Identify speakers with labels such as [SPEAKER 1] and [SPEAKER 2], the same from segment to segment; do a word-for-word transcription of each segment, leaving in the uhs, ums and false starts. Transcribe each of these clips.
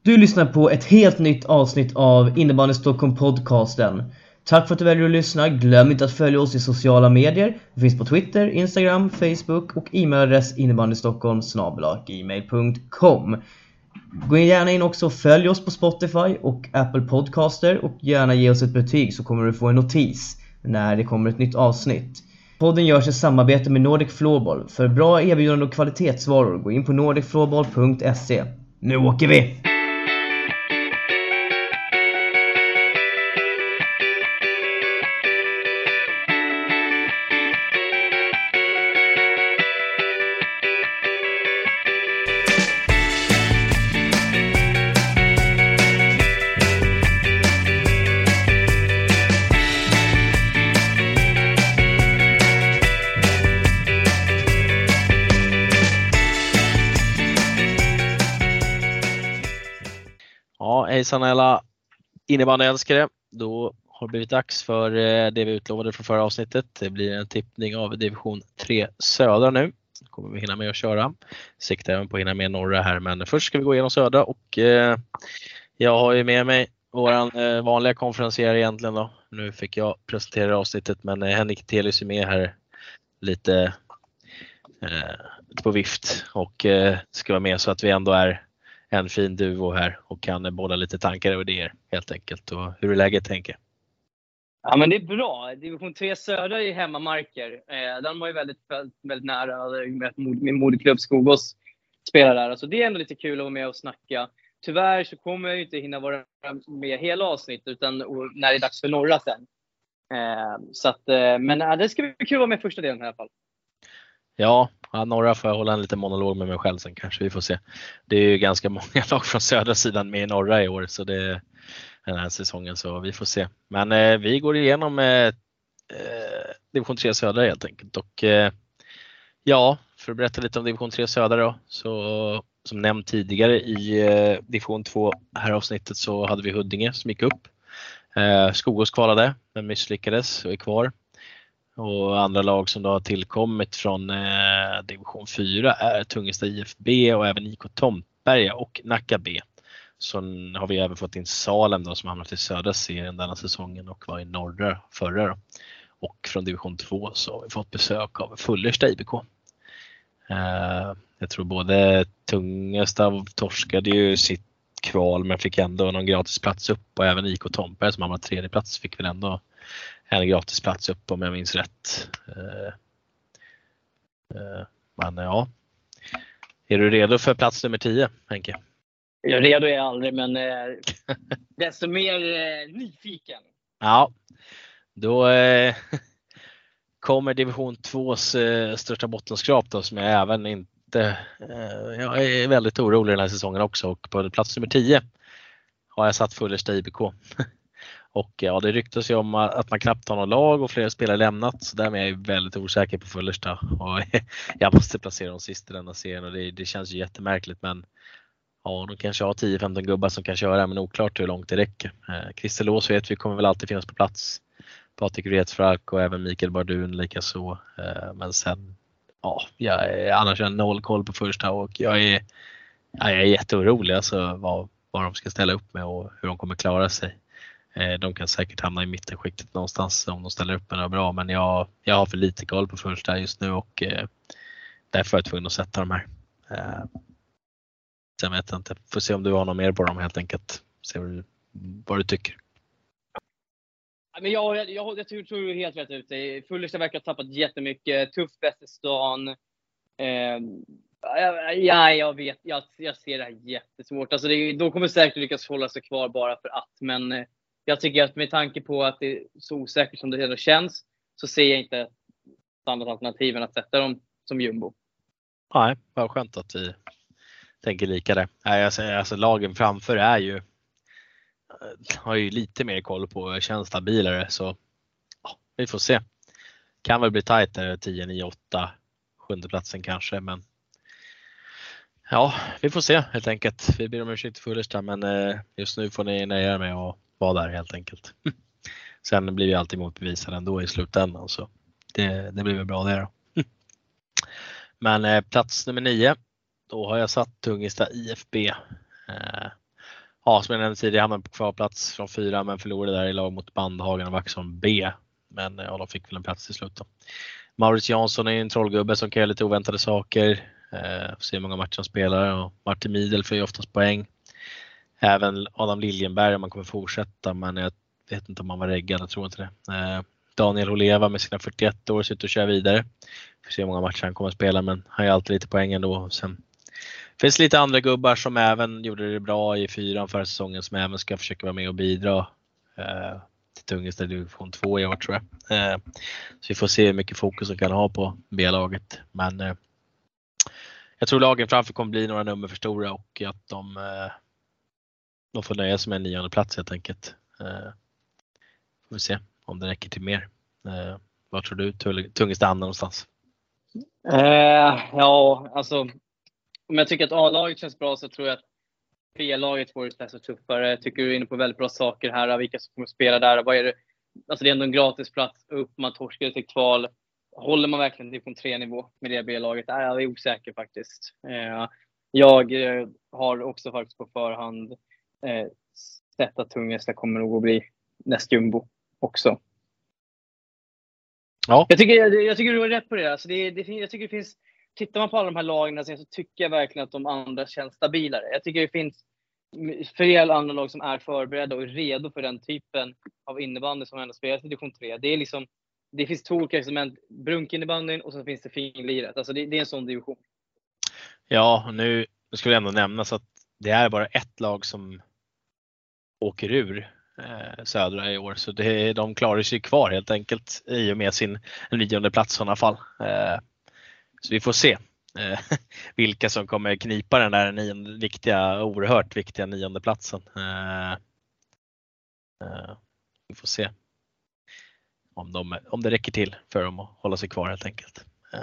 [SPEAKER 1] Du lyssnar på ett helt nytt avsnitt av Innebandy Stockholm podcasten. Tack för att du väljer att lyssna. Glöm inte att följa oss i sociala medier. Vi finns på Twitter, Instagram, Facebook och e-mailadress innebandystockholm snabel-a gmail punkt com. Gå gärna in också och följ oss på Spotify och Apple Podcaster och gärna ge oss ett betyg så kommer du få en notis när det kommer ett nytt avsnitt. Podden görs i samarbete med Nordic Floorball. För bra erbjudanden och kvalitetsvaror, gå in på nordic floorball punkt se. Nu åker vi!
[SPEAKER 2] Hejsan alla innebandyälskare. Då har det blivit dags för det vi utlovade från förra avsnittet. Det blir en tippning av division tre södra nu. Kommer vi hinna med att köra. Siktar även på att hinna med norra här. Men först ska vi gå igenom södra. Och eh, jag har ju med mig våran eh, vanliga konferencier egentligen då. Nu fick jag presentera avsnittet. Men eh, Henrik Telius är med här lite, eh, på vift. Och eh, ska vara med så att vi ändå är en fin duo här och kan bolla lite tankar och idéer helt enkelt. Och hur är läget, tänker?
[SPEAKER 3] Ja, men det är bra. Division tre södra är hemmamarker. Eh, den var ju väldigt, väldigt nära med min moderklubb Skogås spelar där. Så det är ändå lite kul att vara med och snacka. Tyvärr så kommer jag ju inte hinna vara med hela avsnittet utan när det är dags för norra sen. Eh, så att, eh, men äh, det ska bli kul att vara med första delen i alla fall.
[SPEAKER 2] Ja, norra får jag hålla en liten monolog med mig själv sen kanske, vi får se. Det är ju ganska många lag från södra sidan med i norra i år så det är den här säsongen, så vi får se. Men eh, vi går igenom eh, division tre södra helt enkelt. Och eh, ja, för att berätta lite om division tre södra då, så som nämnt tidigare i eh, division två här avsnittet så hade vi Huddinge som gick upp. Eh, Skogås kvalade men misslyckades och är kvar. Och andra lag som då har tillkommit från eh, division fyra är Tungesta I F B och även I K Tomtberga och Nacka B. Så har vi även fått in Salem då, som hamnat i södra serien denna säsongen och var i norra förra då. Och från division två så har vi fått besök av Fullersta I B K. Eh, jag tror både Tungesta torskade ju sitt kval men fick ändå någon gratis plats upp, och även I K Tomtberga som hamnat tredje plats fick väl ändå en gratis plats upp om jag minns rätt. Uh, uh, men ja. Är du redo för plats nummer tio, Henke?
[SPEAKER 3] Jag redo är jag aldrig, men eh, desto mer eh, nyfiken.
[SPEAKER 2] Ja, då eh, kommer division tvås eh, största bottenskrap då, som jag även inte eh, jag är väldigt orolig den här säsongen också, och på plats nummer tio har jag satt Fullersta I B K. Och ja, det ryktas ju om att man knappt har någon lag och flera spelare lämnat. Så därmed är jag väldigt osäker på Fullersta. Och jag måste placera dem sist i denna serien. Och det, det känns ju jättemärkligt. Men ja, de kanske har tio femton gubbar som kan köra. Men oklart hur långt det räcker. Eh, Christer Lås vet vi kommer väl alltid finnas på plats. Patrik Retsfrak och även Mikael Bardun lika så. Eh, men sen, ja, jag är annars en noll koll på Fullersta. Och jag är, jag är jätteorolig alltså, vad, vad de ska ställa upp med och hur de kommer klara sig. De kan säkert hamna i mittenskiktet någonstans om de ställer upp med något bra. Men jag, jag har för lite koll på första just nu och eh, därför är jag tvungen att sätta de här. Eh, sen vet jag inte. Får se om du har något mer på dem helt enkelt. Se vad du, vad du tycker.
[SPEAKER 3] Men jag, jag, jag, jag tror du är helt rätt ute. Fullersta verkar ha tappat jättemycket. Tuff bäst i stan. Eh, ja, jag vet. Jag, jag ser det här jättesvårt. Alltså det, de kommer säkert lyckas hålla sig kvar bara för att. Men eh, jag tycker att med tanke på att det är så osäkert som det redan känns så ser jag inte standardalternativen att sätta dem som jumbo.
[SPEAKER 2] Nej, vad skönt att vi tänker lika där. Nej, alltså, alltså lagen framför är ju har ju lite mer koll på, känns stabilare, så ja, vi får se. Kan väl bli tajt där tio nio åtta sjunde platsen kanske, men ja, vi får se helt enkelt. Vi ber om ursäkt för Fullersta, men just nu får ni nöja med att vara där helt enkelt. Sen blir vi alltid motbevisade ändå i slutändan, så det, det blir väl bra det då. Men eh, plats nummer nio, då har jag satt Tungesta I F B. Eh, ja, som jag nämnde tidigare, hamnade på kvalplats från fyra men förlorade där i lag mot Bandhagen och Vaxholm B. Men ja, de fick väl en plats till slut då. Maurice Jansson är en trollgubbe som kan göra lite oväntade saker. Eh, får se hur många matcher han spelar, och Martin Midel får ju oftast poäng. Även Adam Liljenberg om man kommer fortsätta, men jag vet inte om han var reggad, jag tror inte det. Eh, Daniel Oleva med sina fyrtioett år sitter och kör vidare. Får se hur många matcher han kommer att spela, men han har alltid lite poäng ändå. Sen finns lite andra gubbar som även gjorde det bra i fyran förra säsongen, som även ska försöka vara med och bidra eh, till Tungesta division två i år, tror jag. Eh, så vi får se hur mycket fokus de kan ha på B-laget. Men eh, jag tror lagen framför kommer bli några nummer för stora, och att de, eh, de får nöja sig med en nionde plats helt enkelt. Eh, får vi se om det räcker till mer. Eh, vad tror du Tungesta hamnar någonstans?
[SPEAKER 3] Eh, ja, alltså om jag tycker att A-laget känns bra, så tror jag att B-laget får det så tuffare. Jag tycker du är inne på väldigt bra saker här. Vilka som kommer att spela där. Vad är det? Alltså det är ändå en gratis plats upp. Man torskar till kval. Håller man verkligen division tre nivå med det B-laget? Där är jag osäker faktiskt. Eh, jag eh, har också faktiskt på förhand eh, sett att Tungesta kommer nog att bli näst jumbo också.
[SPEAKER 2] Ja.
[SPEAKER 3] Jag tycker, jag, jag tycker du har rätt på det. Alltså det, det jag tycker det finns, tittar man på alla de här lagen så tycker jag verkligen att de andra känns stabilare. Jag tycker det finns flera andra lag som är förberedda och är redo för den typen av innebandy som ändå spelas i division tre. Det är liksom, det finns två olika segment, brunkinnebandyn och så finns det finliret. Alltså det, det är en sån division.
[SPEAKER 2] Ja, nu skulle jag ändå nämna så att det är bara ett lag som åker ur eh, södra i år, så det, de klarar sig kvar helt enkelt i och med sin nionde plats i sådana fall. Eh, så vi får se eh, vilka som kommer knipa den där nionde, viktiga, oerhört viktiga nionde platsen. Eh, eh, vi får se om, de, om det räcker till för dem att hålla sig kvar helt enkelt. Eh.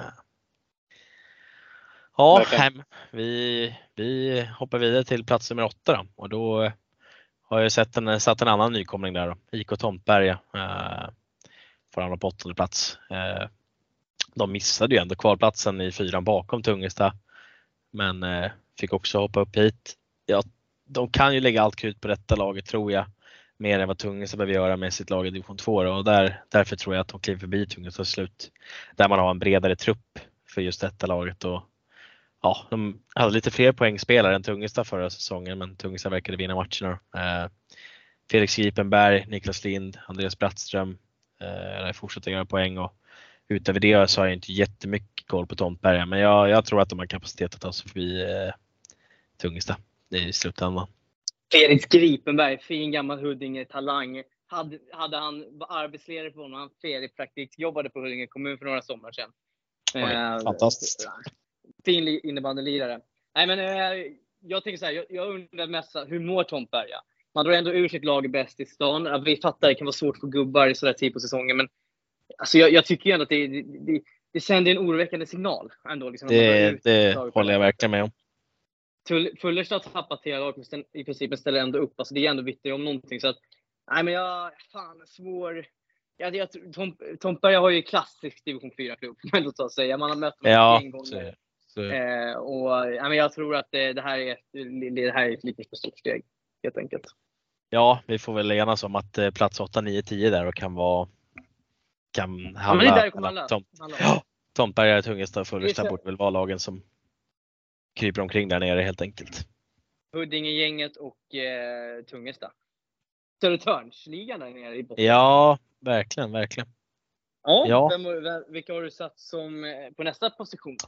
[SPEAKER 2] Ja, hem. Vi, vi hoppar vidare till plats nummer åtta då. Och då har jag sett en, satt en annan nykomling där då. I K Tomtberga eh, får han på åttonde plats. Eh, de missade ju ändå kvalplatsen i fyran bakom Tungesta, men eh, fick också hoppa upp hit. Ja, de kan ju lägga allt krut på detta laget, tror jag, mer än vad Tungesta behöver göra med sitt lag i division två då. Och där, därför tror jag att de kliver förbi Tungesta till slut, där man har en bredare trupp för just detta laget. Och ja, de hade lite fler poängspelare än Tungesta förra säsongen, men Tungesta verkade vinna matcherna. Eh, Felix Gripenberg, Niklas Lind, Andreas Brattström eh, fortsätter göra poäng, och utöver det så har jag inte jättemycket koll på Tomtberga, men jag, jag tror att de har kapacitet att ta sig förbi eh, Tungesta i slutändan.
[SPEAKER 3] Felix Gripenberg, fin gammal Huddinge-talang. Hade, hade han var arbetsledare på honom, han feriepraktik, jobbade på Huddinge kommun för några sommar sedan.
[SPEAKER 2] Oj,
[SPEAKER 3] eh,
[SPEAKER 2] fantastiskt.
[SPEAKER 3] Fin innebandylirare. Nej, men eh, jag tänker så här, jag, jag undrar mest hur mår Tomtberga? Man drar ändå ur sitt lag bäst i stan. Vi fattar, det kan vara svårt för gubbar i sådär tid på säsongen, men alltså jag, jag tycker ju ändå att det, det, det, det sänder en oroväckande signal ändå. Liksom,
[SPEAKER 2] det det håller jag verkligen med om.
[SPEAKER 3] Fullerstad har tappat hela laget, men i princip ställer ändå upp. Alltså det är ändå vittnar om någonting. Så att, nej men jag, fan svår. Jag, jag, Tom, Tomtberga har ju klassisk division fyra-klubb, men då tar säga. Man har mött dem
[SPEAKER 2] ja,
[SPEAKER 3] en gång.
[SPEAKER 2] Så, så.
[SPEAKER 3] Eh, och ja, men jag tror att det, det, här är ett, det här är ett lite för stort steg, helt enkelt.
[SPEAKER 2] Ja, vi får väl enas om att eh, plats åtta, nio, tio där och kan vara kan handla,
[SPEAKER 3] ja, men det där kommer alla,
[SPEAKER 2] Tom,
[SPEAKER 3] alla.
[SPEAKER 2] ja, Tomtberga, Tungesta och Fullerstad borde väl vara lagen som kryper omkring där nere helt enkelt.
[SPEAKER 3] Huddinge-gänget och eh, Tungesta. Södertörnsligan där nere i botten.
[SPEAKER 2] Ja, verkligen, verkligen.
[SPEAKER 3] Ja,
[SPEAKER 2] ja.
[SPEAKER 3] Vem, vilka har du satt som på nästa position?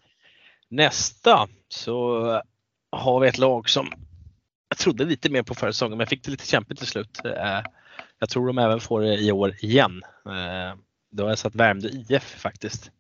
[SPEAKER 2] Nästa så har vi ett lag som jag trodde lite mer på förra säsongen, men fick det lite kämpigt till slut. Jag tror de även får det i år igen. Då har jag satt Värmdö I F faktiskt.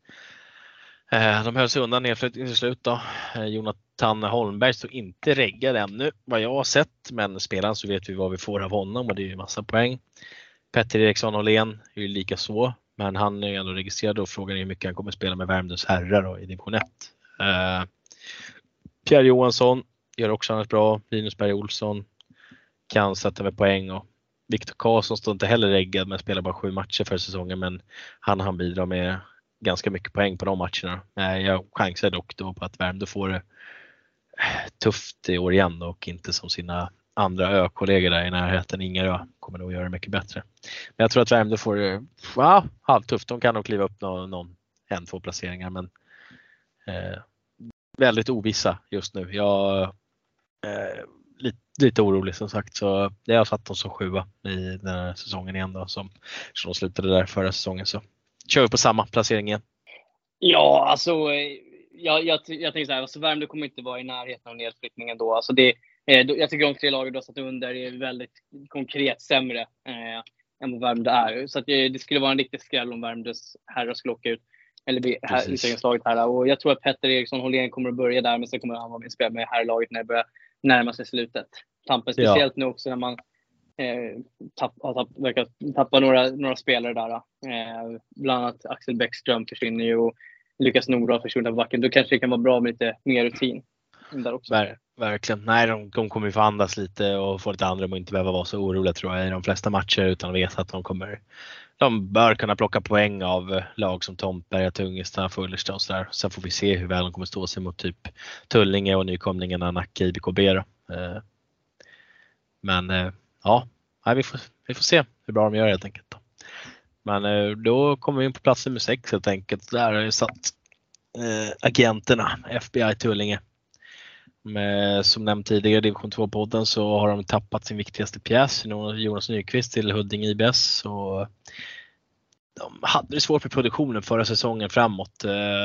[SPEAKER 2] De höll sig undan nedflyttning till slut då. Jonathan Holmberg stod inte reggad ännu vad jag har sett, men spelaren så vet vi vad vi får av honom, och det är ju massa poäng. Petter Eriksson Åhlén är ju lika så, men han är ju ändå registrerad, och frågan är hur mycket han kommer spela med Värmdös herrar då, i division ett. Uh, Pierre Johansson gör också annars bra. Linus Berg Olsson kan sätta med poäng, och Viktor Karlsson står inte heller reggad, men spelar bara sju matcher för säsongen, men han han bidrar med ganska mycket poäng på de matcherna. Uh, jag chansar dock då på att Värmdö får det tufft i år igen, och inte som sina andra ö-kollegor där i närheten. Ingerö kommer nog göra det mycket bättre. Men jag tror att Värmdö får ja, halvtufft. De kan nog kliva upp någon, någon en, två placeringar. Men eh, väldigt ovissa just nu. Jag eh, lite, lite orolig som sagt. Så jag har satt dem som sjua i den här säsongen igen då. Som, som de slutade där förra säsongen. Så kör vi på samma placering igen.
[SPEAKER 3] Ja, alltså jag, jag, jag tänker så här, alltså Värmdö kommer inte vara i närheten av nedflyttningen då. Alltså det, eh, jag tycker de tre lagen du har satt under är väldigt konkret sämre eh, än vad Värmdö är. Så att det, det skulle vara en riktig skräll om Värmdös herrar skulle åka ut. Eller bli här, utlagslaget här. Och jag tror att Petter Eriksson Hållén kommer att börja där, men sen kommer han vara med och spela med herrlaget när det börjar närma sig slutet. Tampen speciellt ja. Nu också när man eh, tapp, har tapp, verkar tappa några, några spelare där. Eh, bland annat Axel Bäckström försvinner ju och Lukas Nordal försvinner på backen. Då kanske det kan vara bra med lite mer rutin där också.
[SPEAKER 2] Ver, verkligen. Nej, de, de kommer ju få andas lite och få lite andrum och inte behöva vara så oroliga tror jag i de flesta matcher, utan veta att de kommer de bör kunna plocka poäng av lag som Tomtberga, Tungesta, Fullersta och sådär. Sen får vi se hur väl de kommer stå sig mot typ Tullinge och nykomlingarna Nacka, I B K B då. Men ja, vi får, vi får se hur bra de gör helt enkelt då. Men då kommer vi in på plats nummer sex helt enkelt. Där har jag satt eh, agenterna, F B I Tullinge. Med, som nämnt tidigare i division två-podden så har de tappat sin viktigaste pjäs, Jonas Nyqvist, till Huddinge I B S. Så de hade det svårt med produktionen förra säsongen framåt.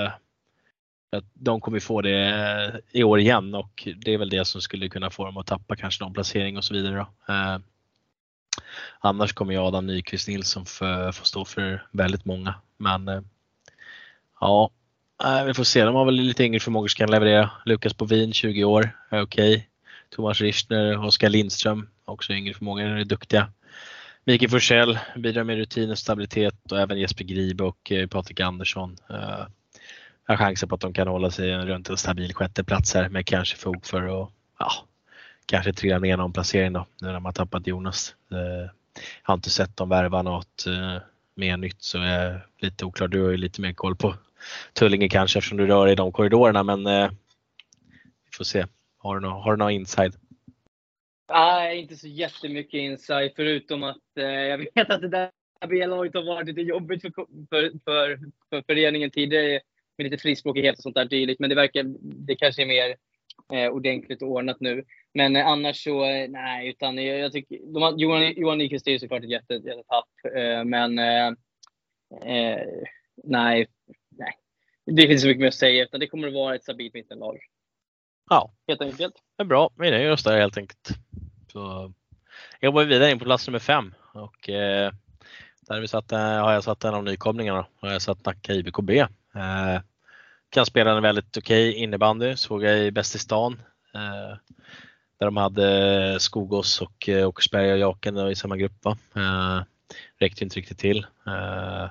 [SPEAKER 2] De kommer få det i år igen och det är väl det som skulle kunna få dem att tappa kanske någon placering och så vidare då. Annars kommer jag Adam Nyqvist Nilsson få stå för väldigt många. Men ja, vi får se. De har väl lite yngre förmågor som kan leverera. Lukas Bovin, tjugo år, är okej. Okay. Thomas Richtner, Oskar Lindström, också yngre förmågor, är duktiga. Mikael Forsell bidrar med rutin och stabilitet och även Jesper Gribe och Patrik Andersson. Uh, har chanser på att de kan hålla sig runt en stabil sjätteplats här med kanske fog för att ja, kanske trilla ner någon placering då, när de har tappat Jonas. Uh, jag har inte sett dem värva något uh, mer nytt, så är jag lite oklar. Du har ju lite mer koll på Tullinge kanske eftersom du rör i de korridorerna, men uh, vi får se. Har du någon, har du någon inside?
[SPEAKER 3] Nej, inte så jättemycket insight förutom att eh, jag vet att det där B-laget har varit lite jobbigt för, för, för, för föreningen tidigare med lite frispråkighet och sånt där dylikt, men det verkar, det kanske är mer eh, ordentligt och ordnat nu. Men eh, annars så, eh, nej, utan jag, jag tycker, de har, Johan, Johan Nyqvist är ju såklart ett jätte, jättetapp, eh, men eh, eh, nej, nej, det finns så mycket mer att säga, utan det kommer att vara ett stabilt mittenlag.
[SPEAKER 2] Ja,
[SPEAKER 3] helt enkelt.
[SPEAKER 2] Det är bra, vi nöjer oss där helt enkelt. Så jag går vidare in på plats nummer fem och eh, där vi satt, har jag satt en av nykomlingarna. Har jag satt Nacka I B K B. Eh, kan spela en väldigt okej okay innebandy. Såg jag i Bäst i stan. Eh, där de hade Skogås och eh, Åkersberg och Jaken i samma grupp. Va? Eh, räckte inte riktigt till. Eh,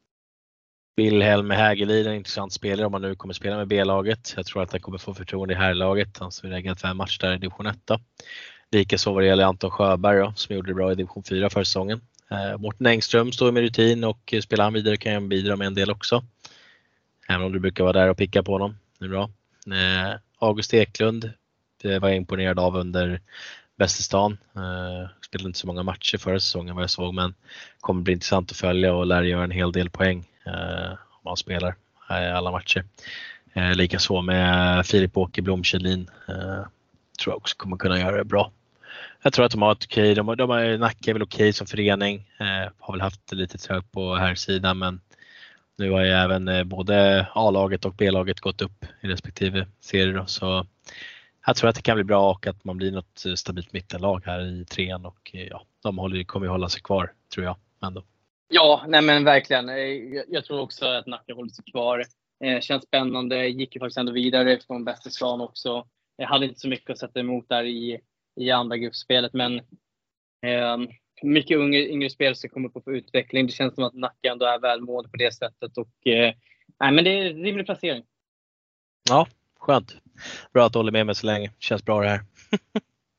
[SPEAKER 2] Wilhelm Hägelid är en intressant spelare om man nu kommer spela med B-laget. Jag tror att han kommer få förtroende i herrlaget. Han har regat fem matcher där i division ett. Likaså vad det gäller Anton Sjöberg då, som gjorde det bra i division fyra förra säsongen. Eh, Mårten Engström står med rutin och spelar han vidare kan han bidra med en del också. Även om du brukar vara där och picka på honom. Det är bra. Eh, August Eklund det var jag imponerad av under Bäst i stan. Eh, spelade inte så många matcher förra säsongen vad jag såg, men kommer bli intressant att följa och lär göra en hel del poäng eh, om man spelar i alla matcher. Eh, Likaså med Filip Åke Blomkjellin eh, tror jag också kommer kunna göra det bra. Jag tror att de har ett okej, de har, de har Nacka är väl okej som förening. Eh, har väl haft lite trögt på här sidan, men nu har ju även eh, både A-laget och B-laget gått upp i respektive serier då, så jag tror att det kan bli bra och att man blir något stabilt mittenlag här i trean och ja, de håller, kommer ju hålla sig kvar tror jag ändå.
[SPEAKER 3] Ja, nej men verkligen. Jag, jag tror också att Nacka håller sig kvar. Eh, känns spännande. Gick ju faktiskt ändå vidare från Bäst i stan också. Jag hade inte så mycket att sätta emot där i, i andra gruppspelet, men eh, mycket yngre, yngre spel som kommer på för utveckling. Det känns som att Nacka ändå är välmående på det sättet och eh, nej, men det är en rimlig placering.
[SPEAKER 2] Ja, skönt. Bra att du håller med mig så länge. Känns bra det här.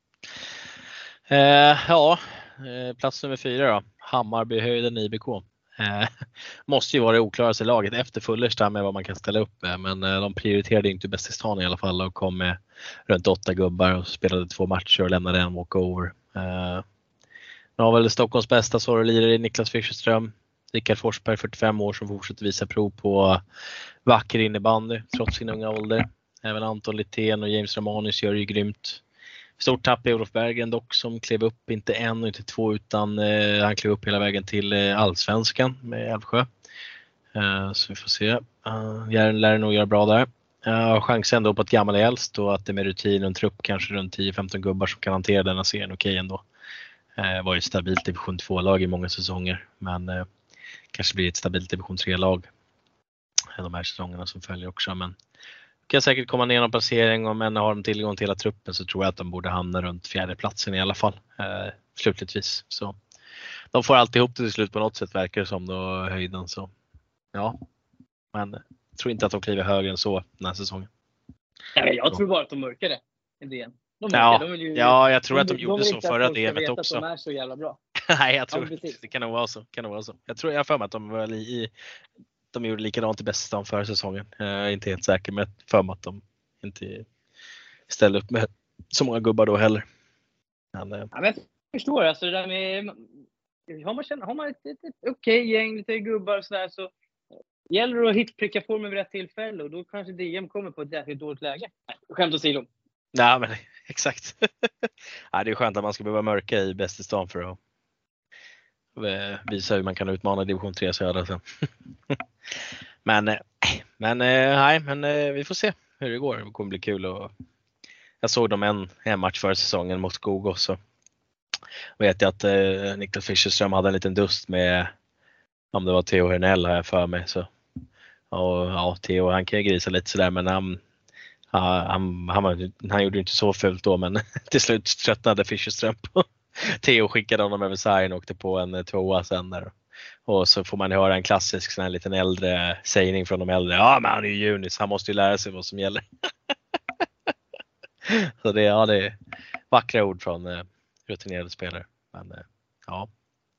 [SPEAKER 2] eh, ja, eh, plats nummer fyra då. Hammarbyhöjden I B K. Eh, måste ju vara det oklaraste laget efter Fullersta med vad man kan ställa upp med. Men eh, de prioriterade inte bäst i stan i alla fall och kom med runt åtta gubbar och spelade två matcher och lämnade en walkover. Eh, nu har väl Stockholms bästa sorglirare Niklas Fischerström, Rickard Forsberg, fyrtiofem år, som fortsätter visa prov på vacker innebandy trots sin unga ålder. Även Anton Littén och James Romanus gör ju grymt. Stort tapp i Olof Berggren dock, som klev upp inte en och inte två utan eh, han klev upp hela vägen till eh, Allsvenskan med Älvsjö. Eh, så vi får se. Uh, Järn lär nog göra bra där. Uh, chans ändå på ett gammal äldst och att det med rutin och en trupp kanske runt tio femton gubbar som kan hantera denna serien okej ändå. Uh, var ju ett stabilt division två-lag i många säsonger, men uh, kanske blir ett stabilt division tre-lag de här säsongerna som följer också. Men kan säkert komma ner någon placering, och men har de tillgång till hela truppen så tror jag att de borde hamna runt fjärde platsen i alla fall uh, slutligtvis. Så de får alltid ihop det till slut på något sätt, verkar det som då, höjden. Så ja, men jag tror inte att de kliver högre än så den här säsongen.
[SPEAKER 3] Nej, jag tror bara att de mörkar det. De
[SPEAKER 2] ja,
[SPEAKER 3] de ju,
[SPEAKER 2] ja, jag tror
[SPEAKER 3] de,
[SPEAKER 2] att de, de gjorde
[SPEAKER 3] de
[SPEAKER 2] så förra D M:et också.
[SPEAKER 3] Att de är så jävla bra.
[SPEAKER 2] Nej, jag tror
[SPEAKER 3] ja,
[SPEAKER 2] det kan nog vara så. Kan nog vara så. Jag tror jag har för mig att de var i, de gjorde likadant i bästa förra säsongen. Jag är inte helt säker, men för mig att de inte ställde upp med så många gubbar då heller. Men,
[SPEAKER 3] ja, men jag förstår, alltså det där med har man, har man ett, ett, ett okej okay gäng, lite gubbar och sådär, så gäller det att hitpricka formen vid rätt tillfälle, och då kanske D M kommer på ett jäkligt dåligt läge. Skämt åsido.
[SPEAKER 2] Nej, men exakt. Ja, det är skönt att man ska behöva mörka i bäst i stan för att visa hur man kan utmana division tre södra sen. men men nej, men vi får se hur det går. Det kommer bli kul. Och jag såg dem en, en match förra säsongen mot Skog, så vet jag att eh, Niklas Fischerström hade en liten dust med, om det var Theo Hernell här för mig. Så. Och ja, Theo, han kan ju grisa lite sådär, men han, han, han, han, han gjorde inte så fult då, men till slut tröttnade Fischerström på. Theo skickade honom över sargen och åkte på en tvåa sen där. Och så får man höra en klassisk sån här liten äldre sägning från de äldre. Ja, men han är ju junis, han måste ju lära sig vad som gäller. Så det, ja, det är vackra ord från eh, rutinerade spelare. Men eh, ja,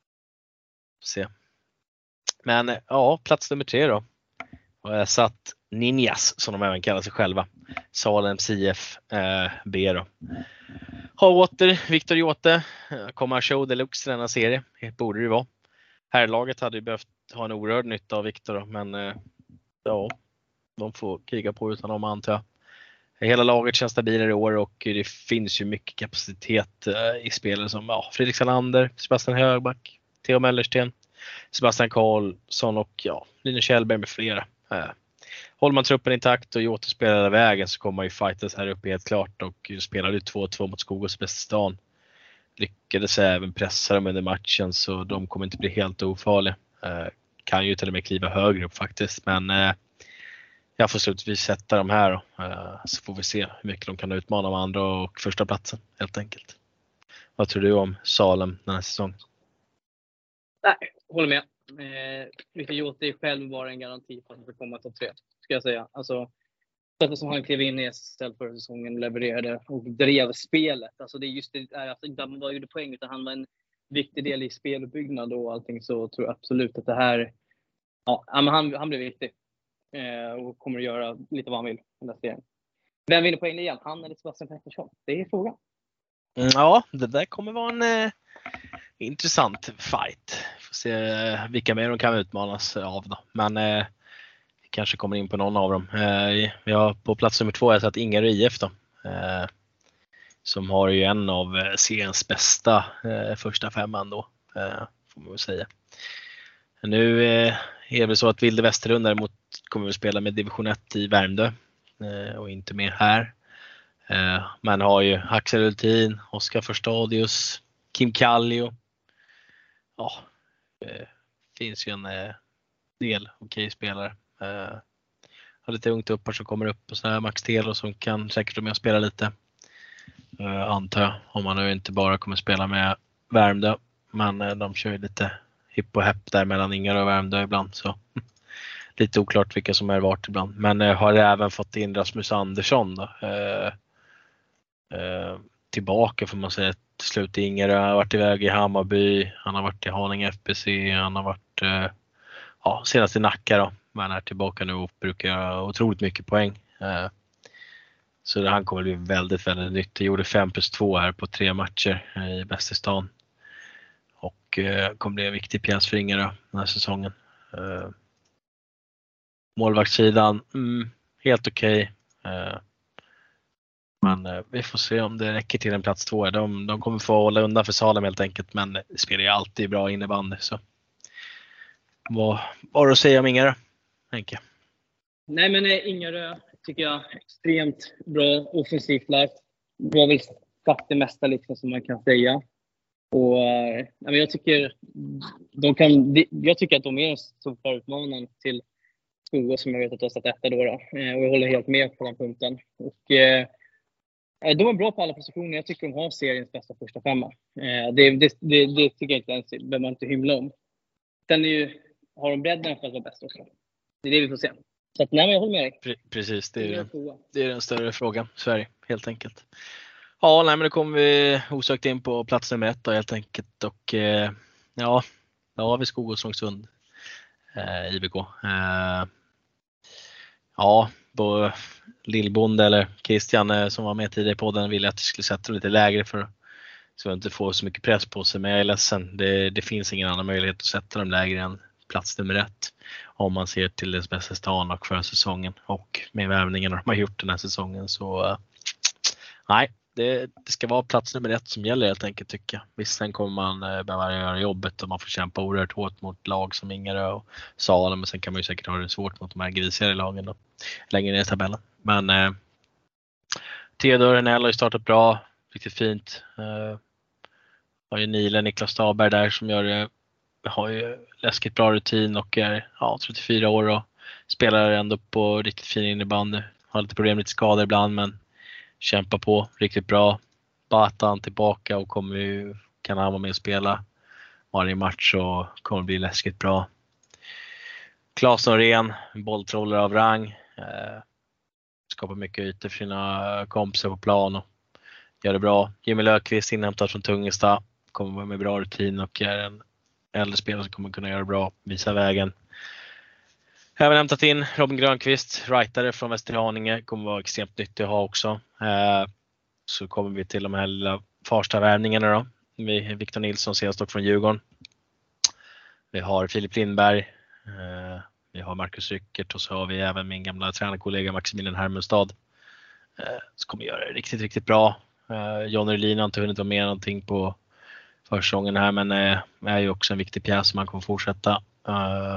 [SPEAKER 2] se. Men eh, ja, plats nummer tre då. Och jag satt Ninjas, som de även kallar sig själva. Salems I F eh, B då. Har åter Viktor Jåte. Kommer show deluxe i denna serie. Det borde det ju vara. Herrlaget hade ju behövt ha en orörd nytta av Viktor, men eh, ja, de får kriga på utan dem, antar jag. Hela laget känns stabilare i år, och det finns ju mycket kapacitet eh, i spelare som ja, Fredrik Salander, Sebastian Högback, Theo Mellersten, Sebastian Karlsson och ja, Linus Kjellberg med flera. Eh, håller man truppen intakt och Jåte spelar hela vägen, så kommer man ju fightas här uppe helt klart, och spelade två två mot Skogås bästa stan. Lyckades även pressa dem under matchen, så de kommer inte bli helt ofarliga. Eh, kan ju till och med kliva högre upp faktiskt, men eh, jag får slutvis sätta dem här då. Eh, så får vi se hur mycket de kan utmana de andra och första platsen helt enkelt. Vad tror du om Salem den här säsongen?
[SPEAKER 3] Nej, håller med. Eh, Viktor Jåte är själv bara en garanti för att han ska komma topp tre, ska jag säga. Alltså, sättet som han klev in i S S L förra säsongen, levererade och drev spelet. Alltså det är just det, alltså inte att han bara gjorde poäng, utan han var en viktig del i speluppbyggnad och allting, så tror jag absolut att det här, ja, han, han blir viktig. Eh, och kommer att göra lite vad han vill den där serien. Vem vinner poäng igen? Han eller Sebastian Pettersson? Det är frågan.
[SPEAKER 2] Mm, ja, det där kommer vara en eh, intressant fight. Får se eh, vilka mer de kan utmanas av då. Men eh, vi kanske kommer in på någon av dem. Eh, vi har på plats nummer två har jag satt Ingar I F då. Eh, som har ju en av eh, seriens bästa eh, första femman då. Eh, får man väl säga. Nu eh, är det väl så att Vilde Westerlund däremot kommer att spela med division ett i Värmdö. Eh, och inte med här. Eh, man har ju Axel Ultin, Oskar Förstadius, Kim Kallio. Ja, det finns ju en eh, del okej spelare. Eh, har lite ungt uppar som kommer upp och så här, Max Telo som kan säkert vara med och spela lite. Eh, antar jag, om man nu inte bara kommer spela med Värmdö. Men eh, de kör ju lite hipp och häpp där mellan Ingar och Värmdö ibland, så lite oklart vilka som är vart ibland. Men eh, har även fått in Rasmus Andersson då. Eh, eh, tillbaka får man säga till slut. Ingar har varit iväg i Hammarby, han har varit i Haninge F B C, han har varit eh, ja, senast i Nacka då. Man är tillbaka nu och brukar göra otroligt mycket poäng. Så han kommer bli väldigt, väldigt nyttig. Gjorde fem plus två här på tre matcher i bästa stan. Och kommer bli en viktig pjäs för Ingarö den här säsongen. Målvaktssidan, mm, helt okej. Okay. Men vi får se om det räcker till en plats två. De, de kommer få hålla undan för Salem helt enkelt. Men det spelar ju alltid bra innebandy. Så vad har du att säga om Ingarö, Henke?
[SPEAKER 3] Nej, men Ingarö tycker jag extremt bra offensivt lag. Det har väl sagt det mesta liksom som man kan säga. Och ja, men jag tycker de kan. Jag tycker att de är en stor utmanare till Skogås som jag vet att de har satt etta då, då. Och jag håller helt med på den punkten. Och eh, de är bra på alla positioner. Jag tycker de har seriens bästa första femma. Eh, det, det, det, det tycker jag inte ens behöver man inte hymla om. Sen är ju, har de bredden för att vara bäst också. Det är det vi får se. Så att, nej, men jag håller med dig.
[SPEAKER 2] Precis, det är, den, det är den större frågan. Sverige, helt enkelt. Ja, nej, men då kommer vi osökt in på plats nummer ett då, helt enkelt. Och eh, ja, då har vi Skogås Långsund, eh, I B K. Eh, ja, på Lillbonde eller Christian eh, som var med tidigare på den ville att jag skulle sätta lite lägre för så att inte få så mycket press på sig. Men jag är ledsen, det, det finns ingen annan möjlighet att sätta dem lägre än plats nummer ett. Om man ser till dess bästa stan och för säsongen och med värvningen de har gjort den här säsongen så uh, nej, det, det ska vara plats nummer ett som gäller helt enkelt tycker jag. Visst, sen kommer man uh, behöva göra jobbet och man får kämpa oerhört hårt mot lag som Ingarö och Salem, men sen kan man ju säkert ha det svårt mot de här grisigare lagen då, längre ner i tabellen. Men uh, Theodor Renell har ju startat bra, riktigt fint. Uh, har ju Nilen, Niklas Staberg där som gör det. Har ju läskigt bra rutin och är ja, trettiofyra år och spelar ändå på riktigt fin innebandy. Har lite problem, lite skador ibland men kämpar på riktigt bra. Batan tillbaka och kommer ju, kan han vara med och spela varje match och kommer bli läskigt bra. Claes Norén, bolltrollare av rang. Eh, skapar mycket ytor för sina kompisar på plan och gör det bra. Jimmy Löfqvist inhämtad från Tungesta. Kommer vara med bra rutin och är en äldre spelare som kommer kunna göra bra, visa vägen. Även hämtat in Robin Grönqvist, rightare från Västerhaninge, kommer vara extremt nyttig att ha också. Eh, så kommer vi till de här lilla Farsta-värvningarna då. Vi har Victor Nilsson, senast dock från Djurgården. Vi har Filip Lindberg, eh, vi har Marcus Ryckert och så har vi även min gamla tränarkollega Maximilian Hermenstad. Eh, som kommer göra det riktigt, riktigt bra. Eh, John Rylin har inte hunnit vara med någonting på försäsongen här, men eh, är ju också en viktig pjäs som man kommer fortsätta. Uh,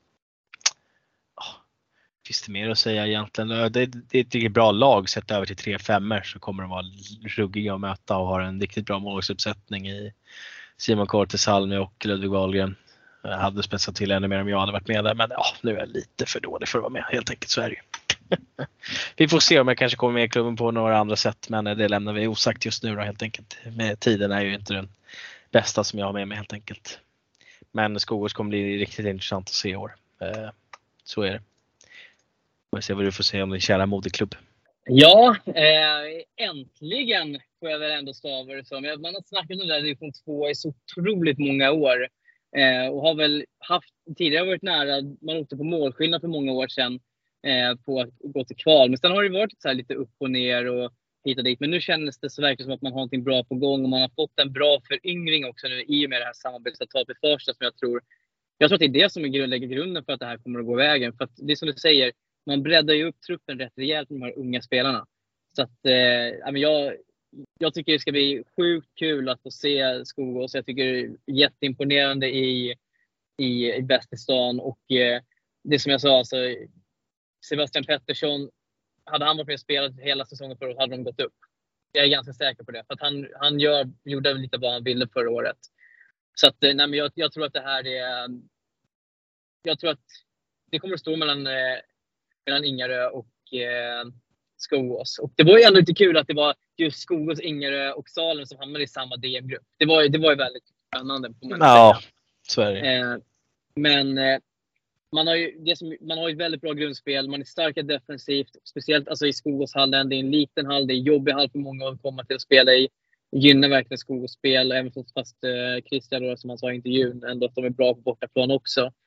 [SPEAKER 2] oh, finns det mer att säga egentligen? Det, det är ett riktigt bra lag, sett över till tre femmer så kommer de vara ruggiga att möta och har en riktigt bra målvaktsuppsättning i Simon Kortesalmi och Ludvig Wahlgren. Jag hade spetsat till ännu mer om jag hade varit med där, men ja, nu är jag lite för dålig för att vara med, helt enkelt så är det ju. Vi får se om jag kanske kommer med i klubben på några andra sätt, men det lämnar vi osagt just nu då, helt enkelt. Med tiden är ju inte den bästa som jag har med mig helt enkelt. Men Skogås kommer bli riktigt intressant att se i år. Eh, så är det. Vi får se vad du får säga om din kära moderklubb.
[SPEAKER 3] Ja, eh, äntligen får jag väl ändå stava det som. Man har snackat om det där division två i så otroligt många år. Eh, och har väl haft, tidigare varit nära, man åkte på målskillnad för många år sedan eh, på att gå till kval. Men sen har det varit så här lite upp och ner och hit och dit. Men nu känns det så verkligen som att man har någonting bra på gång och man har fått en bra föryngring också nu i och med det här samarbetsavtalet med Farsta som jag tror. Jag tror att det är det som är grund, lägger grunden för att det här kommer att gå vägen. För att det är som du säger, man breddar ju upp truppen rätt rejält med de här unga spelarna. Så att eh, jag, jag tycker det ska bli sjukt kul att få se Skogås. Jag tycker det är jätteimponerande i, i, i Bästistan. Och eh, det som jag sa, alltså, Sebastian Pettersson, hade han varit med och spelat hela säsongen förra året hade de gått upp. Jag är ganska säker på det. För att han, han gör, gjorde lite vad han ville förra året. Så att, nej, men jag, jag tror att det här är... Jag tror att det kommer att stå mellan, eh, mellan Ingarö och eh, Skogås. Och det var ju ändå lite kul att det var just Skogås, Ingarö och Salem som hamnade i samma D M-grupp. Det var, det var ju väldigt spännande.
[SPEAKER 2] Ja, så är det.
[SPEAKER 3] Eh, men... Eh, Man har, ju, det som, man har ju ett väldigt bra grundspel. Man är starka defensivt. Speciellt alltså i Skogåshallen. Det är en liten hall. Det är jobbig hall för många att komma till att spela i. Gynnar verkligen Skogås spel. Även fast eh, Christian då, som han sa i intervjun, ändå att de är bra på bortaplan också.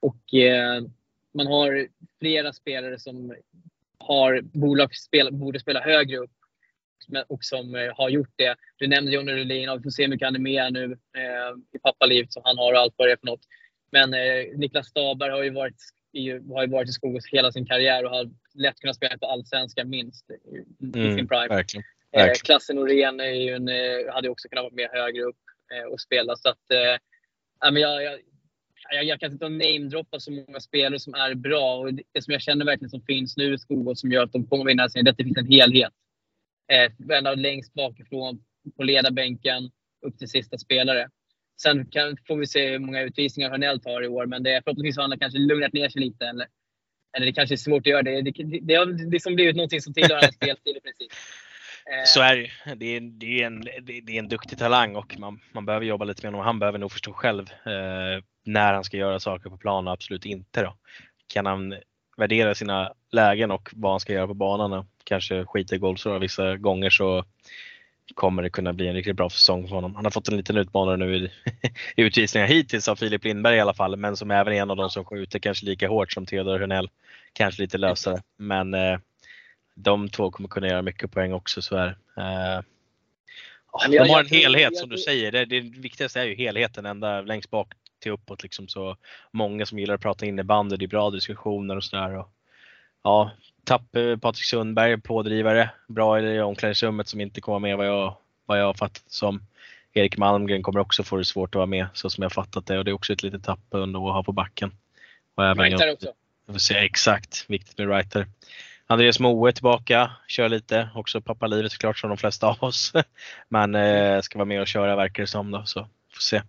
[SPEAKER 3] Och eh, man har flera spelare som har bolag spela, borde spela högre upp och som eh, har gjort det. Du nämnde Johnny Rulin och vi får se hur mycket han är med nu eh, i pappalivet, så han har allt vad det är för något. Men eh, Niklas Staberg har ju varit i, har ju varit i Skogås hela sin karriär och har lätt kunnat spela på allsvenskan minst i, i
[SPEAKER 2] mm,
[SPEAKER 3] sin prime.
[SPEAKER 2] Verkligen.
[SPEAKER 3] Eh,
[SPEAKER 2] verkligen.
[SPEAKER 3] Klassen Norén är ju en, eh, hade också kunnat vara med högre upp eh, och spela. Så att, eh, men jag, jag, jag, jag kan inte namedroppa så många spelare som är bra. Och det, det som jag känner verkligen som finns nu i Skogås som gör att de kommer vinna är att det finns en helhet. Eh, ända längst bakifrån på ledarbänken upp till sista spelare. Sen kan, får vi se hur många utvisningar Hörnell tar i år. Men det, förhoppningsvis har han kanske lugnat ner sig lite. Eller, eller det kanske är svårt att göra det. Det, det, det har liksom blivit något som tillhör hans spelstil i princip.
[SPEAKER 2] Eh. Så är det. Det är, det, är en, det är en duktig talang och man, man behöver jobba lite med honom. Han behöver nog förstå själv eh, när han ska göra saker på plan och absolut inte. Då. Kan han värdera sina lägen och vad han ska göra på banan och kanske skita i golfsår vissa gånger, så kommer det kunna bli en riktigt bra säsong för honom. Han har fått en liten utmanare nu i, i utvisningar hittills av Filip Lindberg i alla fall, men som även är en av de som skjuter kanske lika hårt som Theodor Hörnell, kanske lite lösare. Men eh, de två kommer kunna göra mycket poäng också, så är eh, oh, de har en helhet som du säger. Det, det viktigaste är ju helheten ända längst bak till uppåt liksom. Så många som gillar att prata innebandy, det är bra diskussioner och sådär. Ja, tapp Patrik Sundberg, pådrivare, bra i omklädningsrummet som inte kommer med vad jag, vad jag har fattat som. Erik Malmgren kommer också få det svårt att vara med så som jag har fattat det, och det är också ett litet tapp ändå att ha på backen. Och även
[SPEAKER 3] Writer jag, också.
[SPEAKER 2] Jag får säga exakt, viktigt med Writer. Andreas Moe tillbaka, kör lite, också pappalivet såklart som de flesta av oss. Men eh, ska vara med och köra verkar det som då, så får se.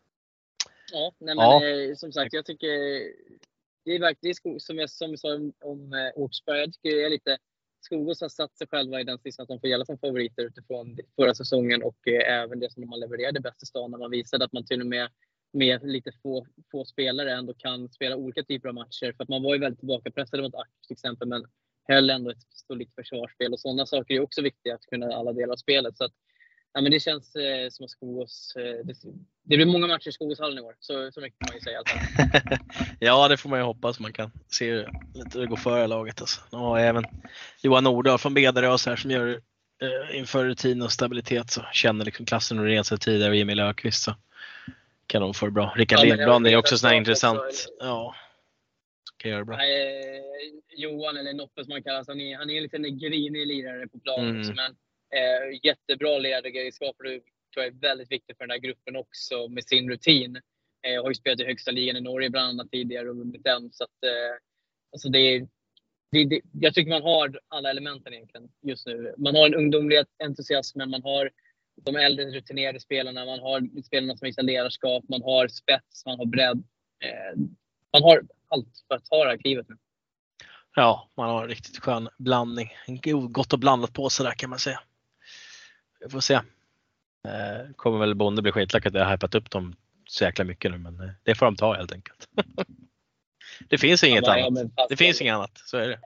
[SPEAKER 3] Ja, nej, men ja. Eh, som sagt, jag tycker det är verkligen som jag som sa om, om eh, Åkersberg, jag tycker det är lite Skogås har satt sig själva i den sista att de får gälla som favoriter utifrån förra säsongen och eh, även det som de har levererat i bästa stan, när man visade att man till och med med lite få, få spelare ändå kan spela olika typer av matcher. För att man var ju väldigt tillbakapressade mot Ack till exempel, men höll ändå ett solitt försvarsspel, och sådana saker är också viktiga att kunna alla delar av spelet. Så att, ja, men det känns eh, som att Skogås, eh, det, det blir många matcher i Skogåshallen i år, så, så mycket kan man ju säga. Alltså.
[SPEAKER 2] Ja, det får man ju hoppas. Man kan se lite hur det går för laget. Alltså. Och även Johan Nordahl från Bedarös här som gör eh, inför rutin och stabilitet, så känner liksom klassen och rensar tidigare, och Emil Löfqvist så kan de få det bra. Rickard ja, Lindblad är också sån här intressant. Också, ja, kan göra bra.
[SPEAKER 3] Nej, Johan eller Noppe som man kallas, han är, han är en liten grinig lirare på planen. Mm. Men eh, jättebra ledaregenskaper, tror jag är väldigt viktigt för den här gruppen också med sin rutin. Eh, har ju spelat i högsta ligan i Norge bland annat tidigare och vunnit den. Så att, eh, alltså det är, det, det, jag tycker man har alla elementen egentligen just nu. Man har en ungdomlig entusiasm, men man har de äldre rutinerade spelarna, man har spelarna som visar ledarskap, man har spets, man har bredd. Eh, man har allt för att ta det här klivet nu.
[SPEAKER 2] Ja, man har en riktigt skön blandning. Gott och blandat på så där kan man säga. Vi får se. Eh, kommer väl Bonde bli skitlack att jag har hypat upp dem så jäkla mycket nu, men det får de ta helt enkelt. Det finns inget ja, annat. Ja, det finns inget annat, så är det.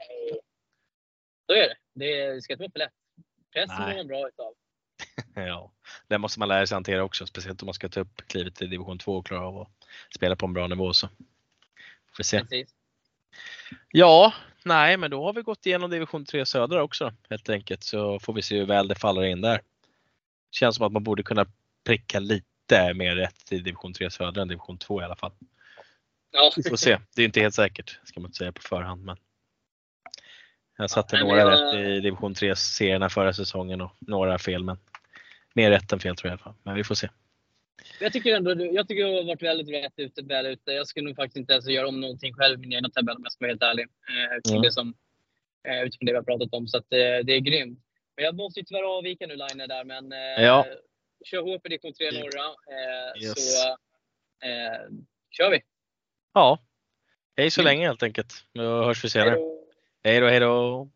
[SPEAKER 3] Så är det. Det ska inte vara för lätt. Pressen mår man bra utav.
[SPEAKER 2] Ja, det måste man lära sig hantera också, speciellt om man ska ta upp klivet till division två och klara av att spela på en bra nivå, så får vi se.
[SPEAKER 3] Precis.
[SPEAKER 2] Ja, nej, men då har vi gått igenom division tre södra också helt enkelt, så får vi se hur väl det faller in där. Känns som att man borde kunna pricka lite mer rätt i division tre södra än division två i alla fall.
[SPEAKER 3] Ja.
[SPEAKER 2] Vi får se, det är inte helt säkert ska man inte säga på förhand, men jag satte ja, några jag... rätt i division tre-serierna förra säsongen och några fel, men mer rätt än fel tror jag i alla fall. Men vi får se.
[SPEAKER 3] Jag tycker ändå jag tycker jag har varit väldigt rätt ute, väl ute. Jag skulle nog faktiskt inte ens göra om någonting själv i min egna tabell om jag ska vara helt ärlig. Eh, utifrån, mm. det som, eh, utifrån det vi har pratat om. Så att, eh, det är grymt. Men jag måste ju tyvärr avvika nu, Line, där. Men eh,
[SPEAKER 2] ja.
[SPEAKER 3] kör hårt i division tre norra. Eh,
[SPEAKER 2] yes.
[SPEAKER 3] Så eh, kör vi.
[SPEAKER 2] Ja, hej så mm. länge helt enkelt. Då hörs vi senare. Hej då, hej då.